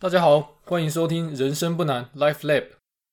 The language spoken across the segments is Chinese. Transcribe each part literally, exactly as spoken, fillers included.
大家好，欢迎收听人生不难 Life Lab。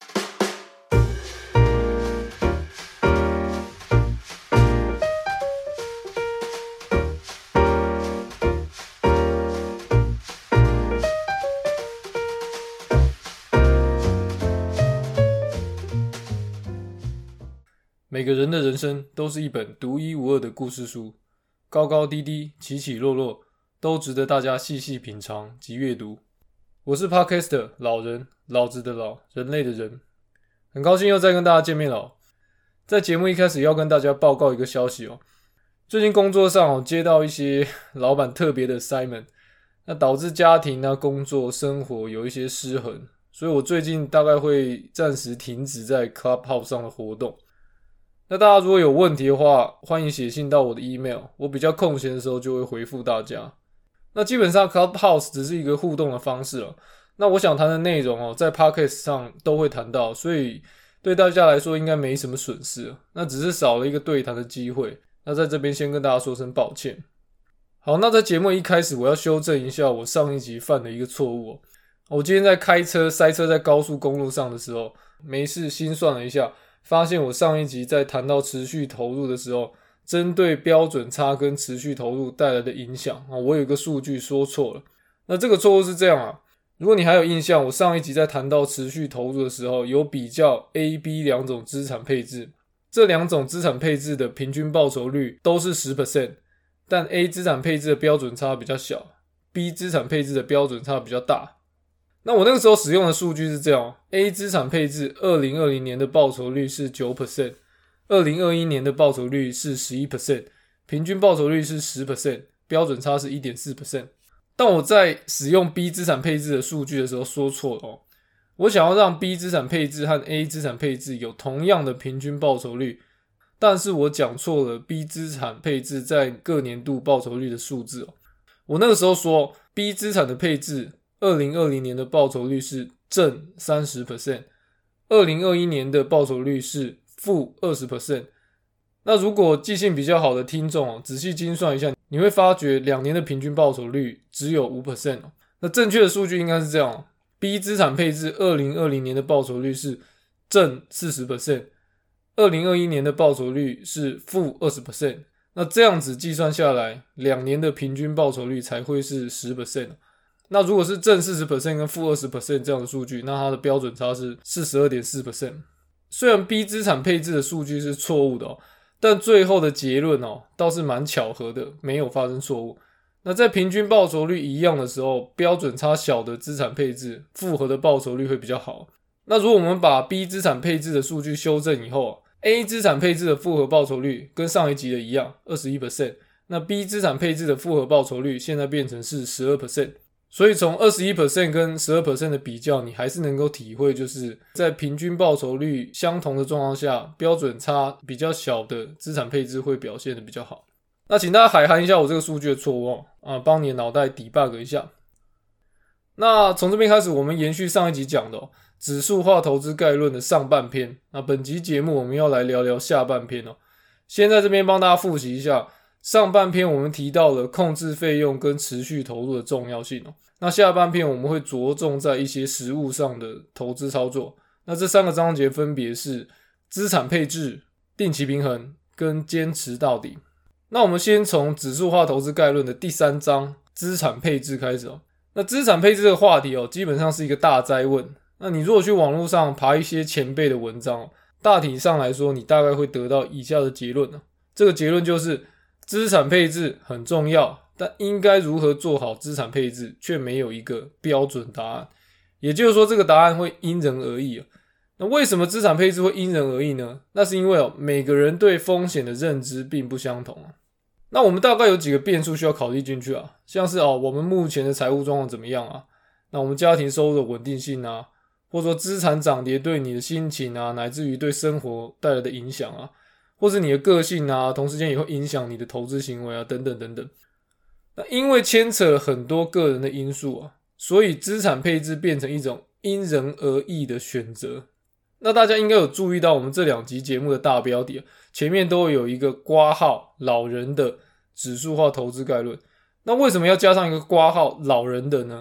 每个人的人生都是一本独一无二的故事书，高高低低，起起落落，都值得大家细细品尝及阅读。我是 Podcaster 老人，老子的老，人类的人，很高兴又再跟大家见面了哦。在节目一开始要跟大家报告一个消息哦，最近工作上哦接到一些老板特别的 assignment， 那导致家庭啊、工作、生活有一些失衡，所以我最近大概会暂时停止在 Clubhouse 上的活动。那大家如果有问题的话，欢迎写信到我的 email， 我比较空闲的时候就会回复大家。那基本上 Clubhouse 只是一个互动的方式了，那我想谈的内容哦，在 Podcast 上都会谈到，所以对大家来说应该没什么损失，那只是少了一个对谈的机会，那在这边先跟大家说声抱歉。好，那在节目一开始我要修正一下我上一集犯的一个错误哦。我今天在开车塞车在高速公路上的时候，没事心算了一下，发现我上一集在谈到持续投入的时候，针对标准差跟持续投入带来的影响，我有一个数据说错了。那这个错误是这样啊，如果你还有印象，我上一集在谈到持续投入的时候，有比较 A、B 两种资产配置，这两种资产配置的平均报酬率都是 百分之十， 但 A 资产配置的标准差比较小， B 资产配置的标准差比较大。那我那个时候使用的数据是这样 A 资产配置二零二零年的报酬率是 百分之九， 二零二一年的报酬率是 百分之十一， 平均报酬率是 百分之十， 标准差是 百分之一点四。 但我在使用 B 资产配置的数据的时候说错了哦，我想要让 B 资产配置和 A 资产配置有同样的平均报酬率，但是我讲错了 B 资产配置在各年度报酬率的数字哦。我那个时候说 B 资产的配置二零二零年的报酬率是正 百分之三十， 二零二一年的报酬率是负 百分之二十。 那如果记性比较好的听众哦，仔细精算一下，你会发觉两年的平均报酬率只有 百分之五 哦。那正确的数据应该是这样哦， B 资产配置二零二零年的报酬率是正 百分之四十， 二零二一年的报酬率是负 百分之二十。 那这样子计算下来，两年的平均报酬率才会是 百分之十。那如果是正 百分之四十 跟负 百分之二十 这样的数据，那它的标准差是 百分之四十二点四。 虽然 B 资产配置的数据是错误的哦，但最后的结论哦倒是蛮巧合的，没有发生错误。那在平均报酬率一样的时候，标准差小的资产配置复合的报酬率会比较好。那如果我们把 B 资产配置的数据修正以后 A 资产配置的复合报酬率跟上一集的一样 百分之二十一， 那 B 资产配置的复合报酬率现在变成是 百分之十二。所以从 百分之二十一 跟 百分之十二 的比较，你还是能够体会，就是在平均报酬率相同的状况下，标准差比较小的资产配置会表现得比较好。那请大家海涵一下我这个数据的错误啊，帮你的脑袋 debug 一下。那从这边开始，我们延续上一集讲的、哦、指数化投资概论的上半篇。那本集节目我们要来聊聊下半篇哦。先在这边帮大家复习一下。上半篇我们提到了控制费用跟持续投入的重要性哦。那下半篇我们会着重在一些实务上的投资操作。那这三个章节分别是资产配置、定期平衡跟坚持到底。那我们先从指数化投资概论的第三章资产配置开始哦。那资产配置这个话题哦，基本上是一个大哉问。那你如果去网络上爬一些前辈的文章哦，大体上来说，你大概会得到以下的结论哦。这个结论就是资产配置很重要，但应该如何做好资产配置却没有一个标准答案，也就是说这个答案会因人而异。那为什么资产配置会因人而异呢？那是因为、哦、每个人对风险的认知并不相同。那我们大概有几个变数需要考虑进去啊，像是、哦、我们目前的财务状况怎么样啊，那我们家庭收入的稳定性啊，或者说资产涨跌对你的心情啊，乃至于对生活带来的影响啊，或是你的个性啊，同时间也会影响你的投资行为啊，等等等等。那因为牵扯了很多个人的因素啊，所以资产配置变成一种因人而异的选择。那大家应该有注意到我们这两集节目的大标题，前面都有一个括号老人的指数化投资概论。那为什么要加上一个括号老人的呢？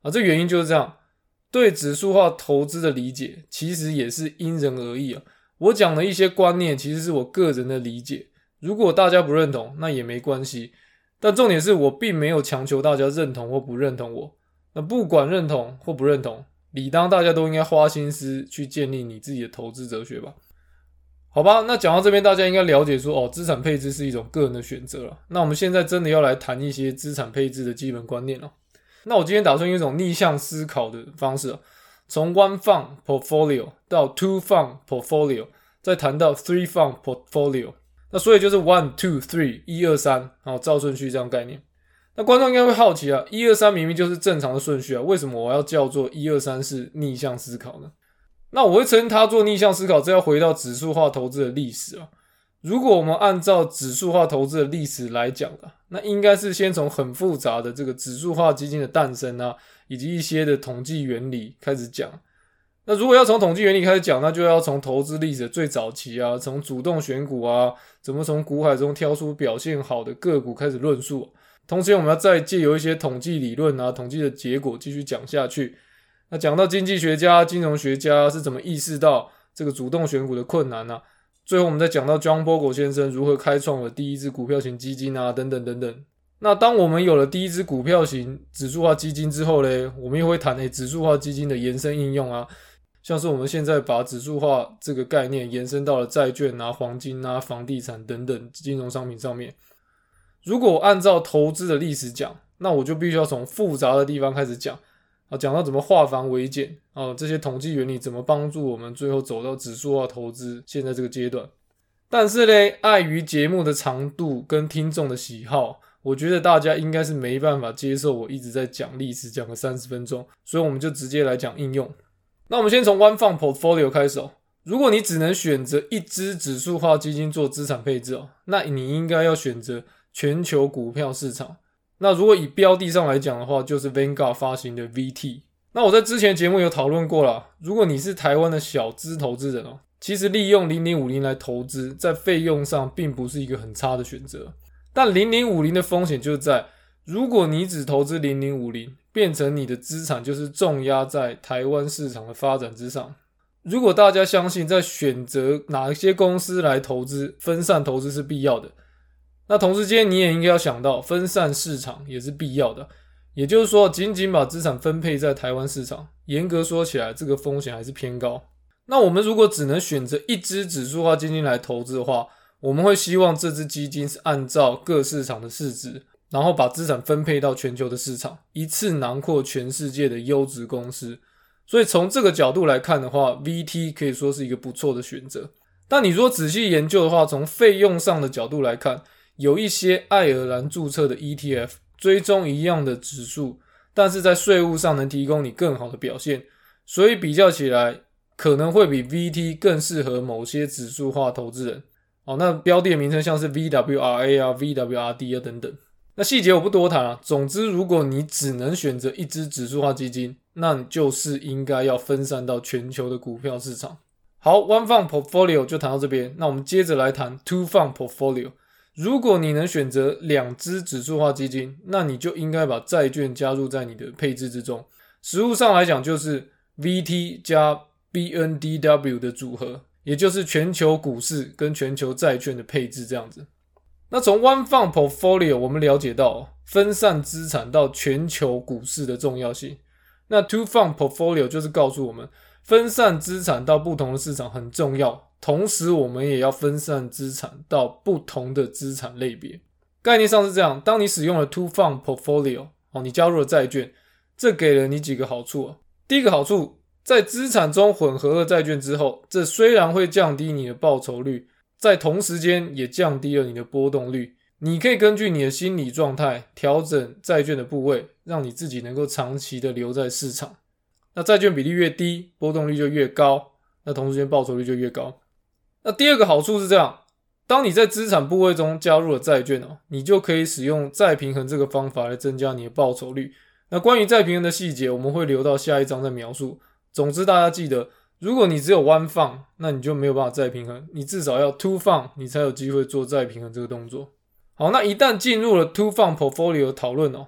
啊，这原因就是这样。对指数化投资的理解其实也是因人而异啊。我讲的一些观念其实是我个人的理解，如果大家不认同那也没关系，但重点是我并没有强求大家认同或不认同我。那不管认同或不认同，理当大家都应该花心思去建立你自己的投资哲学吧。好吧，那讲到这边大家应该了解说哦，资产配置是一种个人的选择了。那我们现在真的要来谈一些资产配置的基本观念了。那我今天打算用一种逆向思考的方式，从 one fund portfolio 到 two fund portfolio， 再谈到 three fund portfolio。那所以就是 one two three 一二三，好，照顺序这样概念。那观众应该会好奇啊，一二三明明就是正常的顺序啊，为什么我要叫做一二三是逆向思考呢？那我会称它做逆向思考，这要回到指数化投资的历史啊。如果我们按照指数化投资的历史来讲啊，那应该是先从很复杂的这个指数化基金的诞生啊，以及一些的统计原理开始讲。那如果要从统计原理开始讲，那就要从投资历史的最早期啊，从主动选股啊，怎么从股海中挑出表现好的个股开始论述。同时我们要再借由一些统计理论啊，统计的结果继续讲下去。那讲到经济学家、金融学家是怎么意识到这个主动选股的困难啊，最后我们再讲到 John Bogle 先生如何开创了第一支股票型基金啊，等等等等。那当我们有了第一支股票型指数化基金之后呢，我们又会谈诶指数化基金的延伸应用啊，像是我们现在把指数化这个概念延伸到了债券啊、黄金啊、房地产等等金融商品上面。如果我按照投资的历史讲，那我就必须要从复杂的地方开始讲啊，讲到怎么化繁为简啊，这些统计原理怎么帮助我们最后走到指数化投资现在这个阶段。但是呢，碍于节目的长度跟听众的喜好，我觉得大家应该是没办法接受我一直在讲历史讲个三十分钟，所以我们就直接来讲应用。那我们先从 One Fund Portfolio 开始哦。如果你只能选择一支指数化基金做资产配置哦，那你应该要选择全球股票市场。那如果以标的上来讲的话，就是 Vanguard 发行的 V T。那我在之前节目有讨论过啦，如果你是台湾的小资投资人哦，其实利用零零五零来投资，在费用上并不是一个很差的选择。但零零五零的风险就在，如果你只投资零零五零，变成你的资产就是重压在台湾市场的发展之上。如果大家相信在选择哪一些公司来投资，分散投资是必要的，那同时间你也应该要想到分散市场也是必要的。也就是说，仅仅把资产分配在台湾市场，严格说起来这个风险还是偏高。那我们如果只能选择一支指数化基金来投资的话，我们会希望这支基金是按照各市场的市值，然后把资产分配到全球的市场，一次囊括全世界的优质公司。所以从这个角度来看的话， V T 可以说是一个不错的选择。但你如果仔细研究的话，从费用上的角度来看，有一些爱尔兰注册的 E T F 追踪一样的指数，但是在税务上能提供你更好的表现，所以比较起来可能会比 V T 更适合某些指数化投资人。哦，那标的的名称像是 V W R A 啊、V W R D 啊等等。那细节我不多谈啊，总之如果你只能选择一支指数化基金，那你就是应该要分散到全球的股票市场。好， One Fund Portfolio 就谈到这边，那我们接着来谈 Two Fund Portfolio。如果你能选择两支指数化基金，那你就应该把债券加入在你的配置之中。实务上来讲，就是 V T 加 B N D W 的组合，也就是全球股市跟全球债券的配置这样子。那从 One Fund Portfolio 我们了解到分散资产到全球股市的重要性。那 Two Fund Portfolio 就是告诉我们分散资产到不同的市场很重要，同时我们也要分散资产到不同的资产类别。概念上是这样，当你使用了 Two Fund Portfolio， 哦，你加入了债券，这给了你几个好处啊。第一个好处，在资产中混合了债券之后，这虽然会降低你的报酬率，在同时间也降低了你的波动率。你可以根据你的心理状态调整债券的部位，让你自己能够长期的留在市场。那债券比例越低，波动率就越高，那同时间报酬率就越高。那第二个好处是这样，当你在资产部位中加入了债券哦，你就可以使用再平衡这个方法来增加你的报酬率。那关于再平衡的细节，我们会留到下一章再描述。总之大家记得，如果你只有 One Fund， 那你就没有办法再平衡，你至少要 Two Fund， 你才有机会做再平衡这个动作。好，那一旦进入了 Two Fund Portfolio 的讨论哦，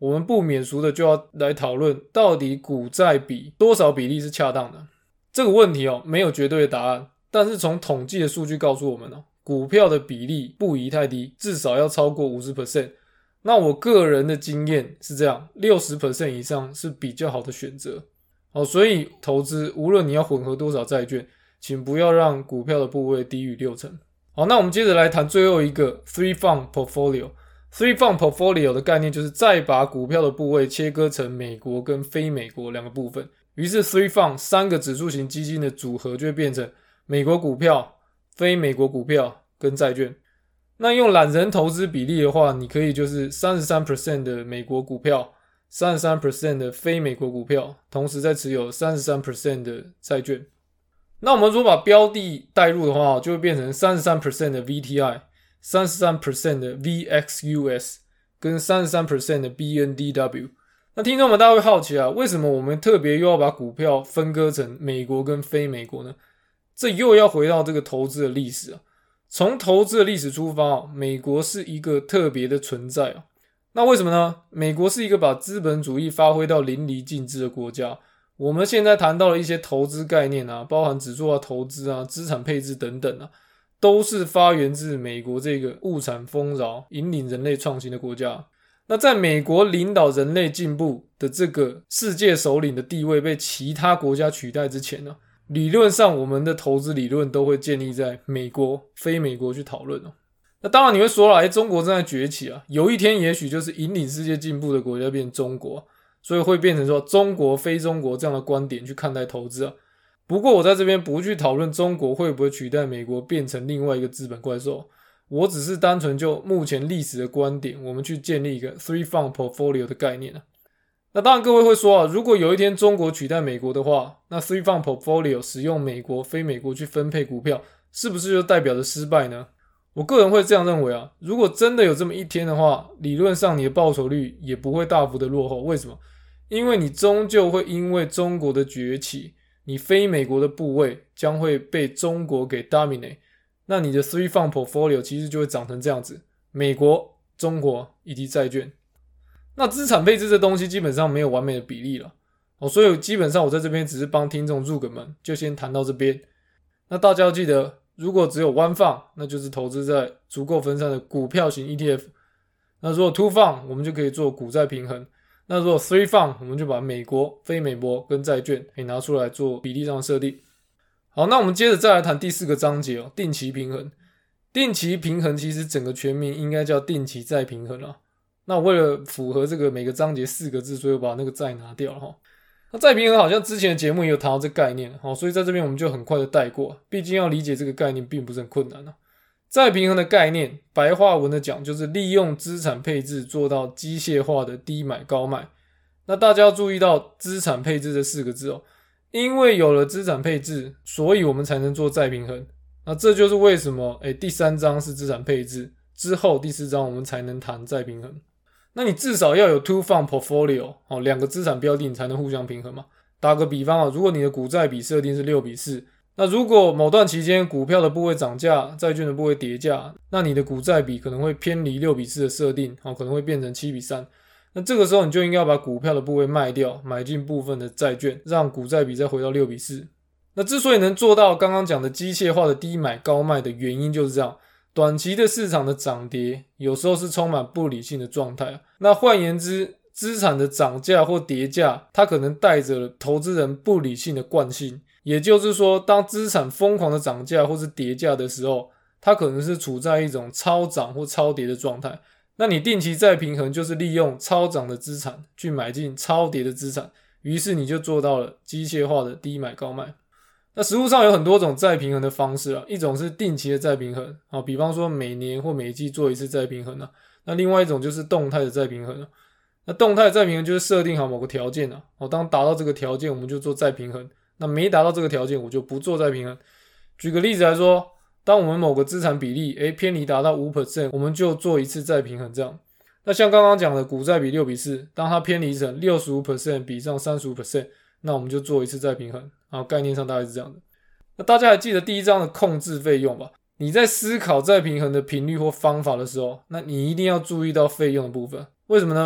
我们不免俗的就要来讨论到底股债比多少比例是恰当的。这个问题哦，没有绝对的答案，但是从统计的数据告诉我们哦，股票的比例不宜太低，至少要超过 百分之五十。 那我个人的经验是这样 百分之六十 以上是比较好的选择。好，所以投资无论你要混合多少债券，请不要让股票的部位低于六成。好，那我们接着来谈最后一个 Three Fund Portfolio。Three Fund Portfolio 的概念就是再把股票的部位切割成美国跟非美国两个部分，于是 Three Fund 三个指数型基金的组合就会变成美国股票、非美国股票跟债券。那用懒人投资比例的话，你可以就是 百分之三十三 的美国股票， 百分之三十三 的非美国股票，同时再持有 百分之三十三 的债券。那我们如果把标的带入的话，就会变成 百分之三十三 的 V T I， 百分之三十三 的 V X U S 跟 百分之三十三 的 B N D W。 那听众们大家会好奇啊，为什么我们特别又要把股票分割成美国跟非美国呢？这又要回到这个投资的历史啊。从投资的历史出发，美国是一个特别的存在啊。那为什么呢？美国是一个把资本主义发挥到淋漓尽致的国家。我们现在谈到的一些投资概念啊，包含指数化投资啊、资产配置等等啊，都是发源自美国这个物产丰饶、引领人类创新的国家。那在美国领导人类进步的这个世界首领的地位被其他国家取代之前呢、啊，理论上我们的投资理论都会建立在美国、非美国去讨论哦。那当然你会说了，诶，中国正在崛起啊，有一天也许就是引领世界进步的国家变成中国，所以会变成说中国、非中国这样的观点去看待投资啊。不过我在这边不去讨论中国会不会取代美国变成另外一个资本怪兽，我只是单纯就目前历史的观点，我们去建立一个 Three Fund Portfolio 的概念啊。那当然各位会说啊，如果有一天中国取代美国的话，那 Three Fund Portfolio 使用美国、非美国去分配股票，是不是就代表着失败呢？我个人会这样认为啊，如果真的有这么一天的话，理论上你的报酬率也不会大幅的落后。为什么？因为你终究会因为中国的崛起，你非美国的部位将会被中国给 dominate， 那你的 Three Fund Portfolio 其实就会长成这样子，美国、中国以及债券。那资产配置这东西基本上没有完美的比例了，哦，所以基本上我在这边只是帮听众入个门，就先谈到这边。那大家要记得，如果只有 One Fund， 那就是投资在足够分散的股票型 E T F。那如果 Two Fund， 我们就可以做股债平衡。那如果 Three Fund， 我们就把美国、非美国跟债券可以拿出来做比例上的设定。好，那我们接着再来谈第四个章节哦，定期平衡。定期平衡其实整个全名应该叫定期再平衡啦。那我为了符合这个每个章节四个字，所以我把那个再拿掉了齁。那再平衡好像之前的节目也有谈到这个概念，所以在这边我们就很快的带过，毕竟要理解这个概念并不是很困难啊。再平衡的概念，白话文的讲就是利用资产配置做到机械化的低买高卖。那大家要注意到资产配置这四个字哦，因为有了资产配置，所以我们才能做再平衡。那这就是为什么诶第三章是资产配置，之后第四章我们才能谈再平衡。那你至少要有 Two Fund Portfolio， 哦，两个资产标的你才能互相平衡嘛。打个比方啊，如果你的股债比设定是六比四，那如果某段期间股票的部位涨价，债券的部位跌价，那你的股债比可能会偏离六比四的设定，哦，可能会变成七比三。那这个时候你就应该要把股票的部位卖掉，买进部分的债券，让股债比再回到六比四。那之所以能做到刚刚讲的机械化的低买高卖的原因就是这样。短期的市场的涨跌有时候是充满不理性的状态，那换言之，资产的涨价或跌价，它可能带着投资人不理性的惯性，也就是说，当资产疯狂的涨价或是跌价的时候，它可能是处在一种超涨或超跌的状态。那你定期再平衡就是利用超涨的资产去买进超跌的资产，于是你就做到了机械化的低买高卖。那实务上有很多种再平衡的方式啦，一种是定期的再平衡，好，比方说每年或每季做一次再平衡啦。那另外一种就是动态的再平衡啦。那动态的再平衡就是设定好某个条件啦，好，当达到这个条件我们就做再平衡，那没达到这个条件我就不做再平衡。举个例子来说，当我们某个资产比例诶偏离达到 百分之五， 我们就做一次再平衡这样。那像刚刚讲的股债比六比四，当它偏离成 百分之六十五 比上 百分之三十五， 那我们就做一次再平衡，好，概念上大概是这样的。那大家还记得第一章的控制费用吧？你在思考再平衡的频率或方法的时候，那你一定要注意到费用的部分。为什么呢？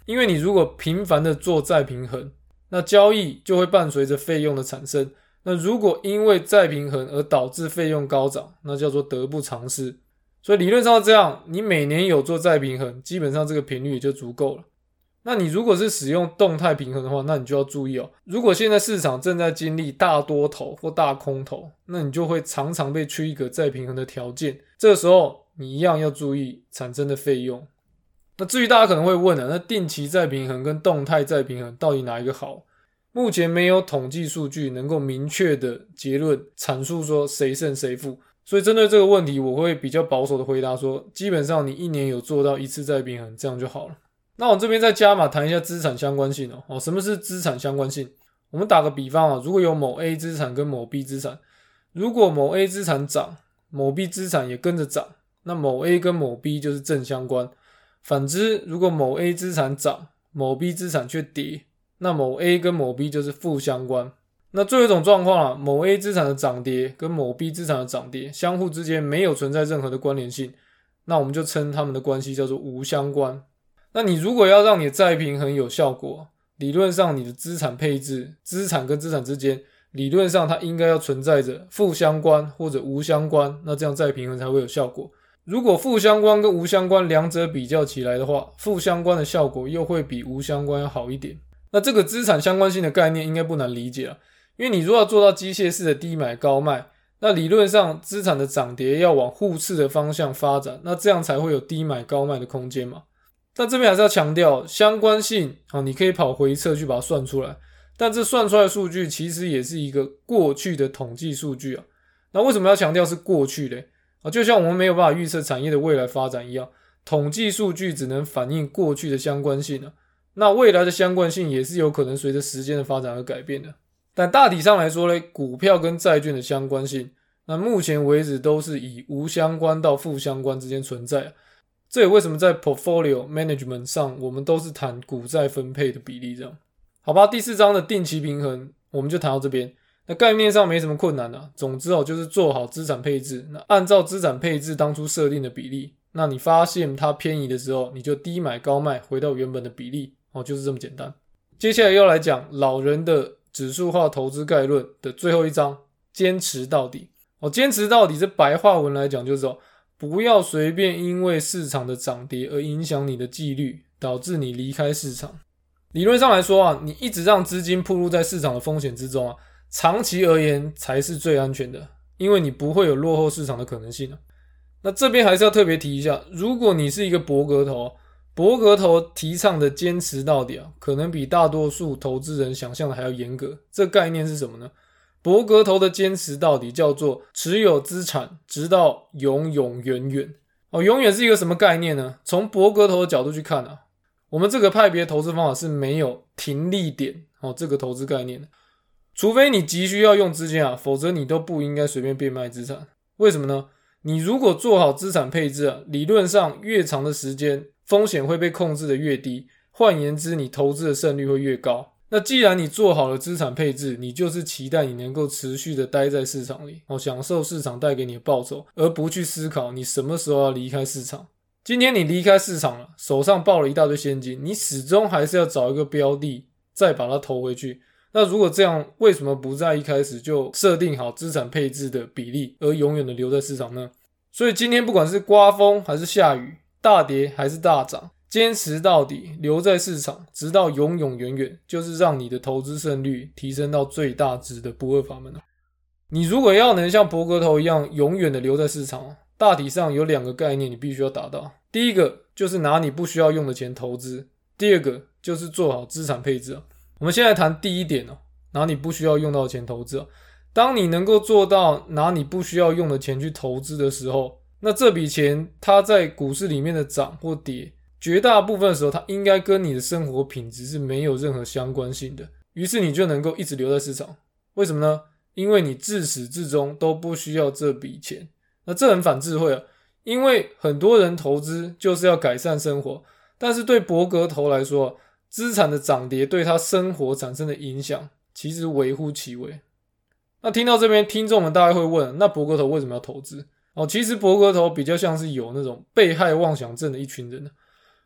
因为你如果频繁的做再平衡，那交易就会伴随着费用的产生。那如果因为再平衡而导致费用高涨，那叫做得不偿失。所以理论上这样，你每年有做再平衡，基本上这个频率也就足够了。那你如果是使用动态平衡的话，那你就要注意哦。如果现在市场正在经历大多头或大空头，那你就会常常被trigger再平衡的条件，这个时候你一样要注意产生的费用。那至于大家可能会问啊，那定期再平衡跟动态再平衡到底哪一个好？目前没有统计数据能够明确的结论阐述说谁胜谁负，所以针对这个问题，我会比较保守的回答说，基本上你一年有做到一次再平衡，这样就好了。那我这边再加码谈一下资产相关性 哦, 哦什么是资产相关性？我们打个比方啊，如果有某 A 资产跟某 B 资产，如果某 A 资产涨，某 B 资产也跟着涨，那某 A 跟某 B 就是正相关。反之，如果某 A 资产涨，某 B 资产却跌，那某 A 跟某 B 就是负相关。那最后一种状况啊，某 A 资产的涨跌跟某 B 资产的涨跌相互之间没有存在任何的关联性，那我们就称它们的关系叫做无相关。那你如果要让你的再平衡有效果，理论上你的资产配置，资产跟资产之间，理论上它应该要存在着负相关或者无相关，那这样再平衡才会有效果。如果负相关跟无相关两者比较起来的话，负相关的效果又会比无相关要好一点。那这个资产相关性的概念应该不难理解了，因为你如果要做到机械式的低买高卖，那理论上资产的涨跌要往互斥的方向发展，那这样才会有低买高卖的空间嘛。但这边还是要强调相关性，你可以跑回测去把它算出来，但这算出来的数据其实也是一个过去的统计数据啊。那为什么要强调是过去嘞？就像我们没有办法预测产业的未来发展一样，统计数据只能反映过去的相关性啊，那未来的相关性也是有可能随着时间的发展而改变的。但大体上来说呢，股票跟债券的相关性，那目前为止都是以无相关到负相关之间存在啊。这也为什么在 portfolio management 上我们都是谈股债分配的比例这样。好吧，第四章的定期平衡我们就谈到这边。那概念上没什么困难啊，总之哦就是做好资产配置，那按照资产配置当初设定的比例，那你发现它偏移的时候，你就低买高卖回到原本的比例哦，就是这么简单。接下来要来讲老人的指数化投资概论的最后一章，坚持到底哦，坚持到底这白话文来讲就是哦，不要随便因为市场的涨跌而影响你的纪律，导致你离开市场。理论上来说啊，你一直让资金暴露在市场的风险之中啊，长期而言才是最安全的，因为你不会有落后市场的可能性啊。那这边还是要特别提一下，如果你是一个伯格头，伯格头提倡的坚持到底啊，可能比大多数投资人想象的还要严格。这概念是什么呢？伯格头的坚持到底叫做持有资产直到永永远远。哦，永远是一个什么概念呢？从伯格头的角度去看啊，我们这个派别投资方法是没有停利点哦这个投资概念的。除非你急需要用资金啊，否则你都不应该随便变卖资产。为什么呢？你如果做好资产配置啊，理论上越长的时间，风险会被控制的越低，换言之，你投资的胜率会越高。那既然你做好了资产配置，你就是期待你能够持续的待在市场里，哦，享受市场带给你的报酬，而不去思考你什么时候要离开市场。今天你离开市场了，手上抱了一大堆现金，你始终还是要找一个标的，再把它投回去。那如果这样，为什么不在一开始就设定好资产配置的比例，而永远的留在市场呢？所以今天不管是刮风还是下雨，大跌还是大涨，坚持到底，留在市场，直到永永远远，就是让你的投资胜率提升到最大值的不二法门了。你如果要能像伯格头一样永远的留在市场，大体上有两个概念你必须要达到。第一个就是拿你不需要用的钱投资，第二个就是做好资产配置啊。我们现在谈第一点哦，拿你不需要用到的钱投资啊。当你能够做到拿你不需要用的钱去投资的时候，那这笔钱它在股市里面的涨或跌，绝大部分的时候它应该跟你的生活品质是没有任何相关性的，于是你就能够一直留在市场。为什么呢？因为你自始至终都不需要这笔钱。那这很反智慧啊，因为很多人投资就是要改善生活，但是对伯格头来说，资产的涨跌对他生活产生的影响其实微乎其微。那听到这边，听众们大概会问，那伯格头为什么要投资？哦，其实伯格头比较像是有那种被害妄想症的一群人。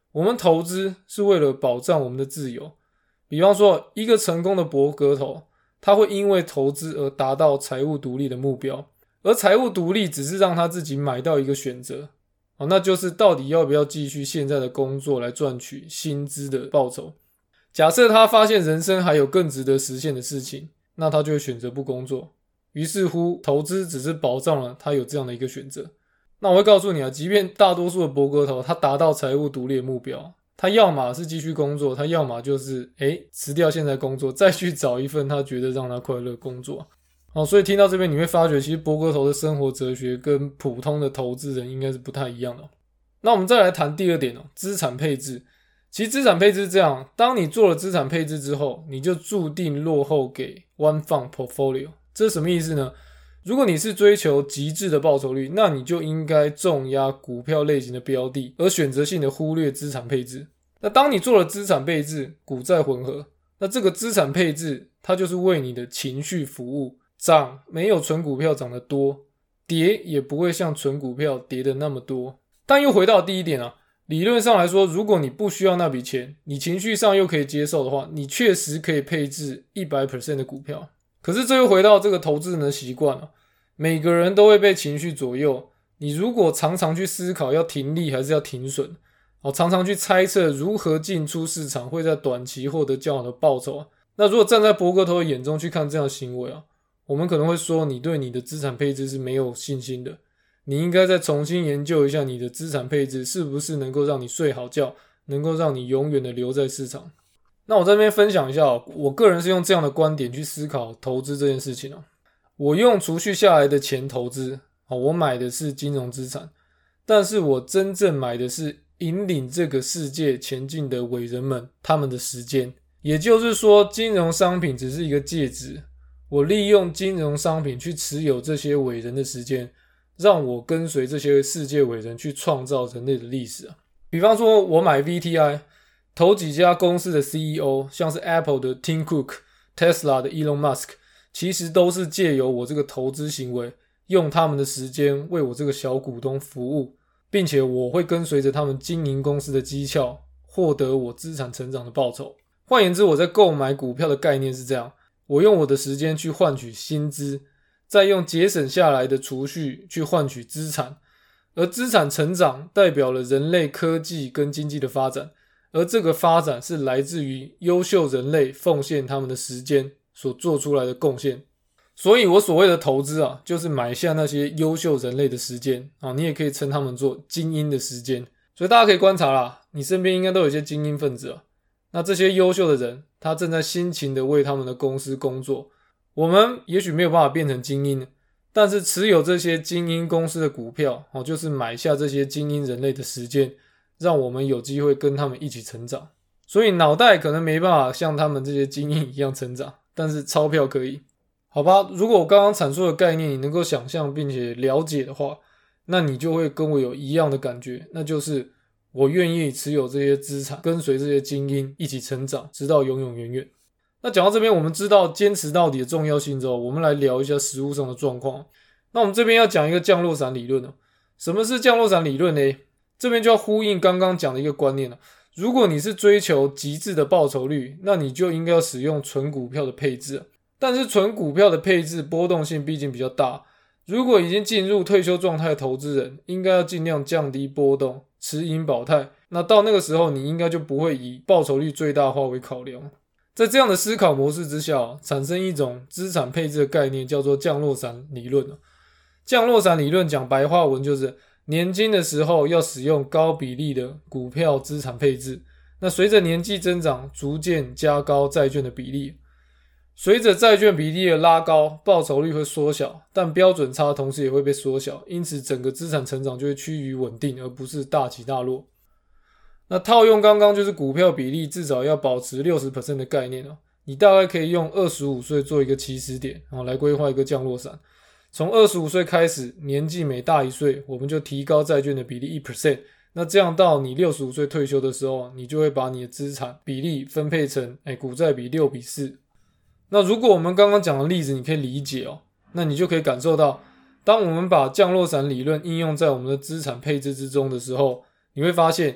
我们投资是为了保障我们的自由。比方说，一个成功的博格头，他会因为投资而达到财务独立的目标，而财务独立只是让他自己买到一个选择，那就是到底要不要继续现在的工作来赚取薪资的报酬。假设他发现人生还有更值得实现的事情，那他就会选择不工作。于是乎，投资只是保障了他有这样的一个选择。那我会告诉你啊，即便大多数的博格头他达到财务独立的目标，他要么是继续工作，他要么就是诶辞掉现在工作，再去找一份他觉得让他快乐工作。好，所以听到这边你会发觉，其实博格头的生活哲学跟普通的投资人应该是不太一样的。那我们再来谈第二点哦，资产配置。其实资产配置是这样，当你做了资产配置之后，你就注定落后给 One Fund Portfolio。这是什么意思呢？如果你是追求极致的报酬率，那你就应该重压股票类型的标的，而选择性的忽略资产配置。那当你做了资产配置，股债混合，那这个资产配置它就是为你的情绪服务，涨没有纯股票涨得多，跌也不会像纯股票跌得那么多。但又回到第一点啊，理论上来说，如果你不需要那笔钱，你情绪上又可以接受的话，你确实可以配置 百分之百 的股票。可是这又回到这个投资人的习惯了，每个人都会被情绪左右。你如果常常去思考要停利还是要停损，常常去猜测如何进出市场会在短期获得较好的报酬，那如果站在博格头的眼中去看这样的行为啊，我们可能会说你对你的资产配置是没有信心的，你应该再重新研究一下你的资产配置是不是能够让你睡好觉，能够让你永远的留在市场。那我在这边分享一下哦，我个人是用这样的观点去思考投资这件事情哦。我用储蓄下来的钱投资，我买的是金融资产，但是我真正买的是引领这个世界前进的伟人们他们的时间。也就是说，金融商品只是一个介质，我利用金融商品去持有这些伟人的时间，让我跟随这些世界伟人去创造人类的历史啊。比方说我买 V T I， 投几家公司的 C E O， 像是 Apple 的 Tim Cook、Tesla 的 Elon Musk， 其实都是借由我这个投资行为，用他们的时间为我这个小股东服务，并且我会跟随着他们经营公司的绩效，获得我资产成长的报酬。换言之，我在购买股票的概念是这样，我用我的时间去换取薪资，再用节省下来的储蓄去换取资产，而资产成长代表了人类科技跟经济的发展，而这个发展是来自于优秀人类奉献他们的时间所做出来的贡献。所以我所谓的投资啊，就是买下那些优秀人类的时间啊，你也可以称他们做精英的时间。所以大家可以观察啦，你身边应该都有一些精英分子啊。那这些优秀的人，他正在辛勤的为他们的公司工作。我们也许没有办法变成精英，但是持有这些精英公司的股票，哦，就是买下这些精英人类的时间，让我们有机会跟他们一起成长。所以脑袋可能没办法像他们这些精英一样成长，但是钞票可以。好吧，如果我刚刚阐述的概念你能够想象并且了解的话，那你就会跟我有一样的感觉，那就是我愿意持有这些资产，跟随这些精英一起成长，直到永永远远。那讲到这边，我们知道坚持到底的重要性之后，我们来聊一下实务上的状况。那我们这边要讲一个降落伞理论了。什么是降落伞理论呢？这边就要呼应刚刚讲的一个观念了。如果你是追求极致的报酬率，那你就应该要使用纯股票的配置。但是纯股票的配置波动性毕竟比较大，如果已经进入退休状态的投资人，应该要尽量降低波动，持盈保泰。那到那个时候，你应该就不会以报酬率最大化为考量。在这样的思考模式之下，产生一种资产配置的概念，叫做降落伞理论。降落伞理论讲白话文就是年轻的时候要使用高比例的股票资产配置，那随着年纪增长，逐渐加高债券的比例。随着债券比例的拉高，报酬率会缩小，但标准差同时也会被缩小，因此整个资产成长就会趋于稳定，而不是大起大落。那套用刚刚就是股票比例至少要保持 百分之六十 的概念，你大概可以用二十五岁做一个起始点，来规划一个降落伞。从二十五岁开始，年纪每大一岁，我们就提高债券的比例 百分之一， 那这样到你六十五岁退休的时候，你就会把你的资产比例分配成诶股债比六比四。那如果我们刚刚讲的例子你可以理解哦，那你就可以感受到，当我们把降落伞理论应用在我们的资产配置之中的时候，你会发现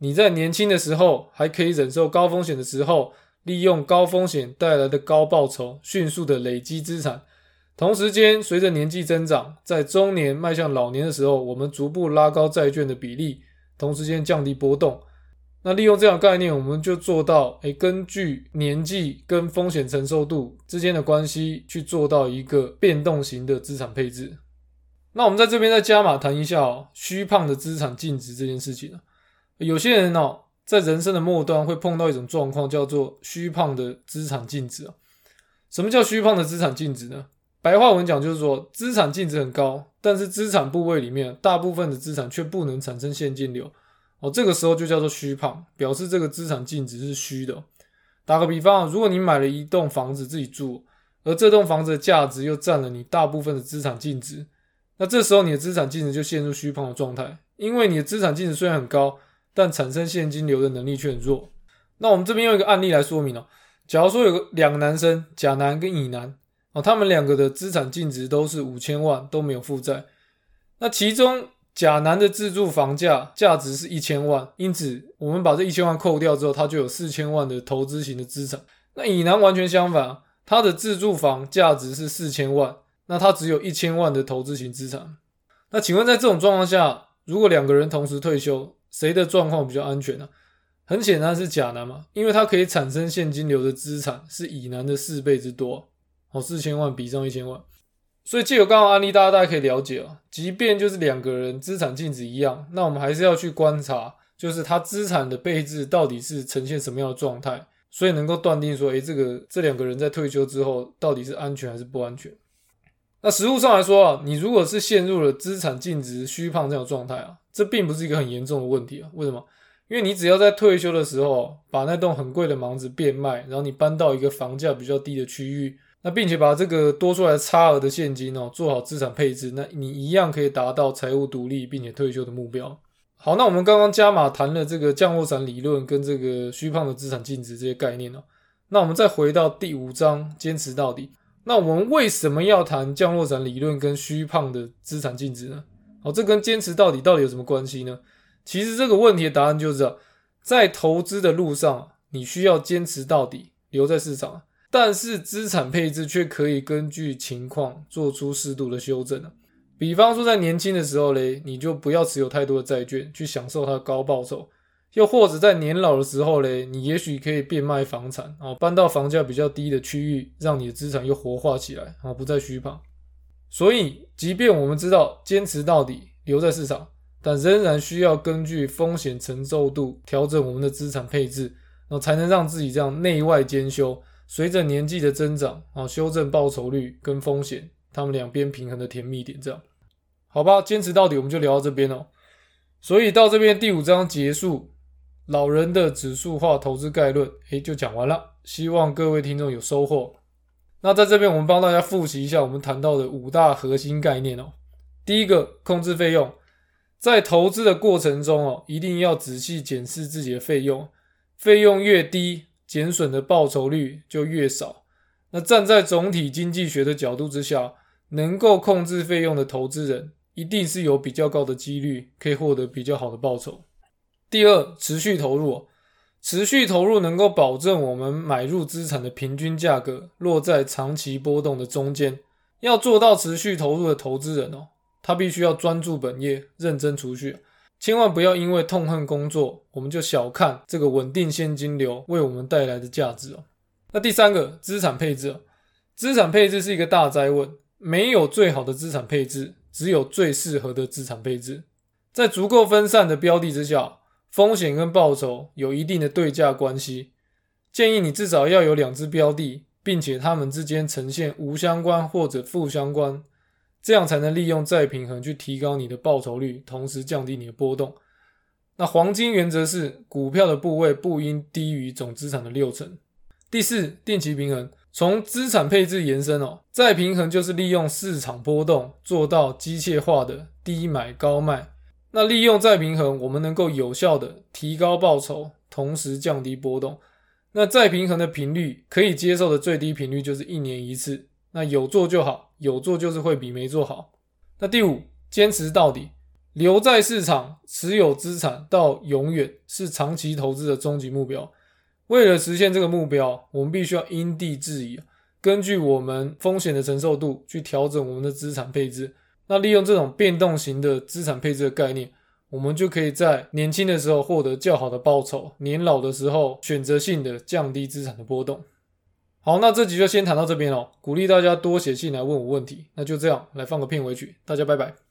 你在年轻的时候还可以忍受高风险的时候，利用高风险带来的高报酬，迅速的累积资产。同时间，随着年纪增长，在中年迈向老年的时候，我们逐步拉高债券的比例，同时间降低波动。那利用这样的概念，我们就做到诶根据年纪跟风险承受度之间的关系，去做到一个变动型的资产配置。那我们在这边再加码谈一下哦，虚胖的资产净值这件事情。有些人哦，在人生的末端会碰到一种状况，叫做虚胖的资产净值。什么叫虚胖的资产净值呢？白话文讲就是说，资产净值很高，但是资产部位里面大部分的资产却不能产生现金流。哦，这个时候就叫做虚胖，表示这个资产净值是虚的。打个比方，如果你买了一栋房子自己住，而这栋房子的价值又占了你大部分的资产净值，那这时候你的资产净值就陷入虚胖的状态，因为你的资产净值虽然很高，但产生现金流的能力却很弱。那我们这边用一个案例来说明哦，假如说有个两个男生，甲男跟乙男，哦，他们两个的资产净值都是五千万，都没有负债。那其中甲男的自住房价价值是一千万，因此我们把这一千万扣掉之后，他就有四千万的投资型的资产。那乙男完全相反，他的自住房价值是四千万，那他只有一千万的投资型资产。那请问在这种状况下，如果两个人同时退休，谁的状况比较安全呢？很显然是甲男嘛，因为他可以产生现金流的资产是乙男的四倍之多。哦，四千万比上一千万。所以藉由刚刚的案例，大家大概可以了解哦，即便就是两个人资产净值一样，那我们还是要去观察，就是他资产的配置到底是呈现什么样的状态，所以能够断定说，诶，这个这两个人在退休之后到底是安全还是不安全。那实务上来说啊，你如果是陷入了资产净值虚胖这种状态啊，这并不是一个很严重的问题啊。为什么？因为你只要在退休的时候把那栋很贵的房子变卖，然后你搬到一个房价比较低的区域，那并且把这个多出来的差额的现金哦做好资产配置，那你一样可以达到财务独立并且退休的目标。好，那我们刚刚加码谈了这个降落伞理论跟这个虚胖的资产净值这些概念哦。那我们再回到第五章坚持到底。那我们为什么要谈降落伞理论跟虚胖的资产净值呢？好，这跟坚持到底到底有什么关系呢？其实这个问题的答案就是啊，在投资的路上，你需要坚持到底，留在市场。但是资产配置却可以根据情况做出适度的修正。比方说在年轻的时候咧，你就不要持有太多的债券去享受它的高报酬，又或者在年老的时候咧，你也许可以变卖房产，搬到房价比较低的区域，让你的资产又活化起来，不再虚胖。所以即便我们知道坚持到底，留在市场，但仍然需要根据风险承受度调整我们的资产配置，才能让自己这样内外兼修，随着年纪的增长，修正报酬率跟风险，他们两边平衡的甜蜜点。这样好吧，坚持到底我们就聊到这边哦。所以到这边第五章结束，老人的指数化投资概论诶就讲完了，希望各位听众有收获。那在这边我们帮大家复习一下我们谈到的五大核心概念哦。第一个，控制费用。在投资的过程中哦，一定要仔细检视自己的费用，费用越低，减损的报酬率就越少。那站在总体经济学的角度之下，能够控制费用的投资人一定是有比较高的几率可以获得比较好的报酬。第二，持续投入。持续投入能够保证我们买入资产的平均价格落在长期波动的中间。要做到持续投入的投资人哦，他必须要专注本业，认真储蓄，千万不要因为痛恨工作，我们就小看这个稳定现金流为我们带来的价值哦。那第三个，资产配置。资产配置是一个大哉问，没有最好的资产配置，只有最适合的资产配置。在足够分散的标的之下，风险跟报酬有一定的对价关系。建议你至少要有两只标的，并且它们之间呈现无相关或者负相关，这样才能利用再平衡去提高你的报酬率，同时降低你的波动。那黄金原则是股票的部位不应低于总资产的六成。第四，定期平衡。从资产配置延伸哦，再平衡就是利用市场波动做到机械化的低买高卖。那利用再平衡，我们能够有效的提高报酬，同时降低波动。那再平衡的频率，可以接受的最低频率就是一年一次。那有做就好，有做就是会比没做好。那第五，坚持到底。 留在市场持有资产到永远是长期投资的终极目标。为了实现这个目标，我们必须要因地制宜，根据我们风险的承受度去调整我们的资产配置。那利用这种变动型的资产配置的概念，我们就可以在年轻的时候获得较好的报酬，年老的时候选择性的降低资产的波动。好，那这集就先谈到这边哦，鼓励大家多写信来问我问题。那就这样，来放个片尾曲，大家拜拜。